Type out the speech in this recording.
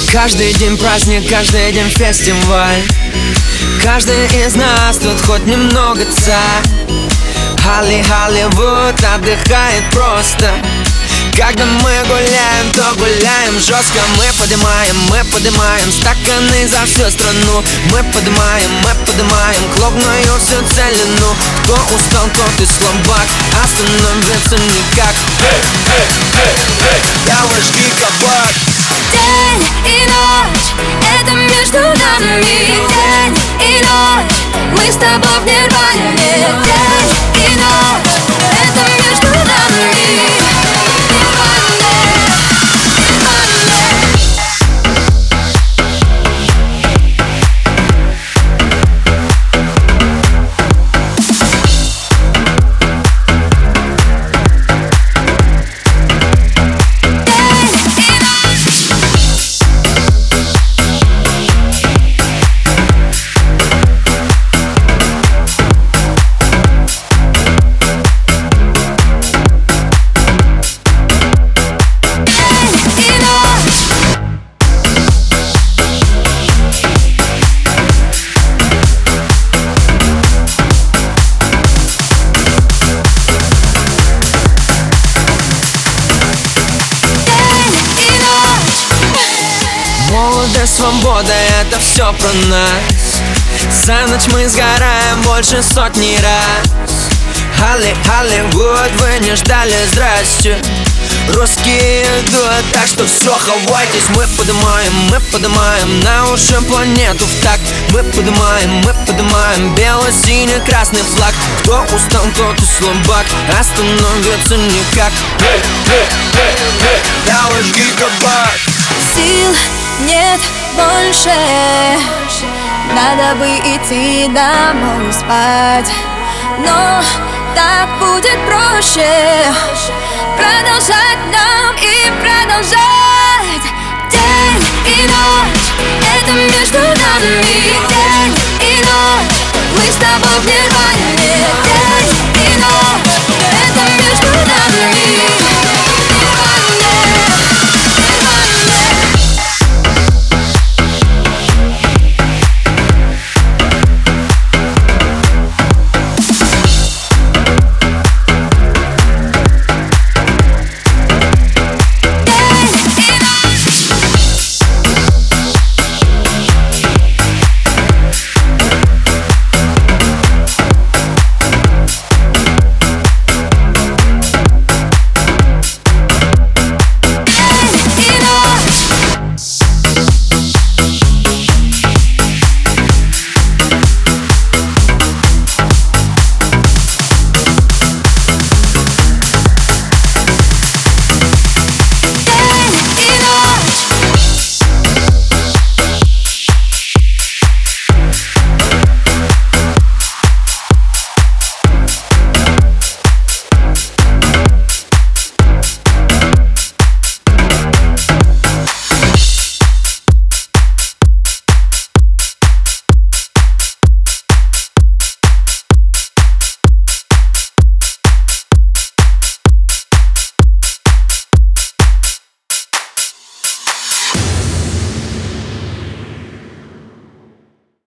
Каждый день праздник, каждый день фестиваль. Каждый из нас тут хоть немного царь. Холливуд отдыхает просто. Когда мы гуляем, то гуляем жестко. Мы поднимаем стаканы за всю страну. Мы поднимаем клубную всю целину. Кто устал, тот и слабак, остановиться никак. Давай жги кабак. День и ночь, это между нами. День и ночь, мы с тобой в нирване. День и ночь, это между нами. Молодость, свобода, это все про нас. За ночь мы сгораем больше сотни раз. Холливуд, вы не ждали, здрасте. Русские идут, так что все, хавайтесь. Мы поднимаем на уши планету в такт. Мы поднимаем бело-синий-красный флаг. Кто устал, тот и слабак, остановиться никак. Давай жги кабак. Сил нет больше, надо бы идти домой спать. Но так будет проще продолжать нам и продолжать.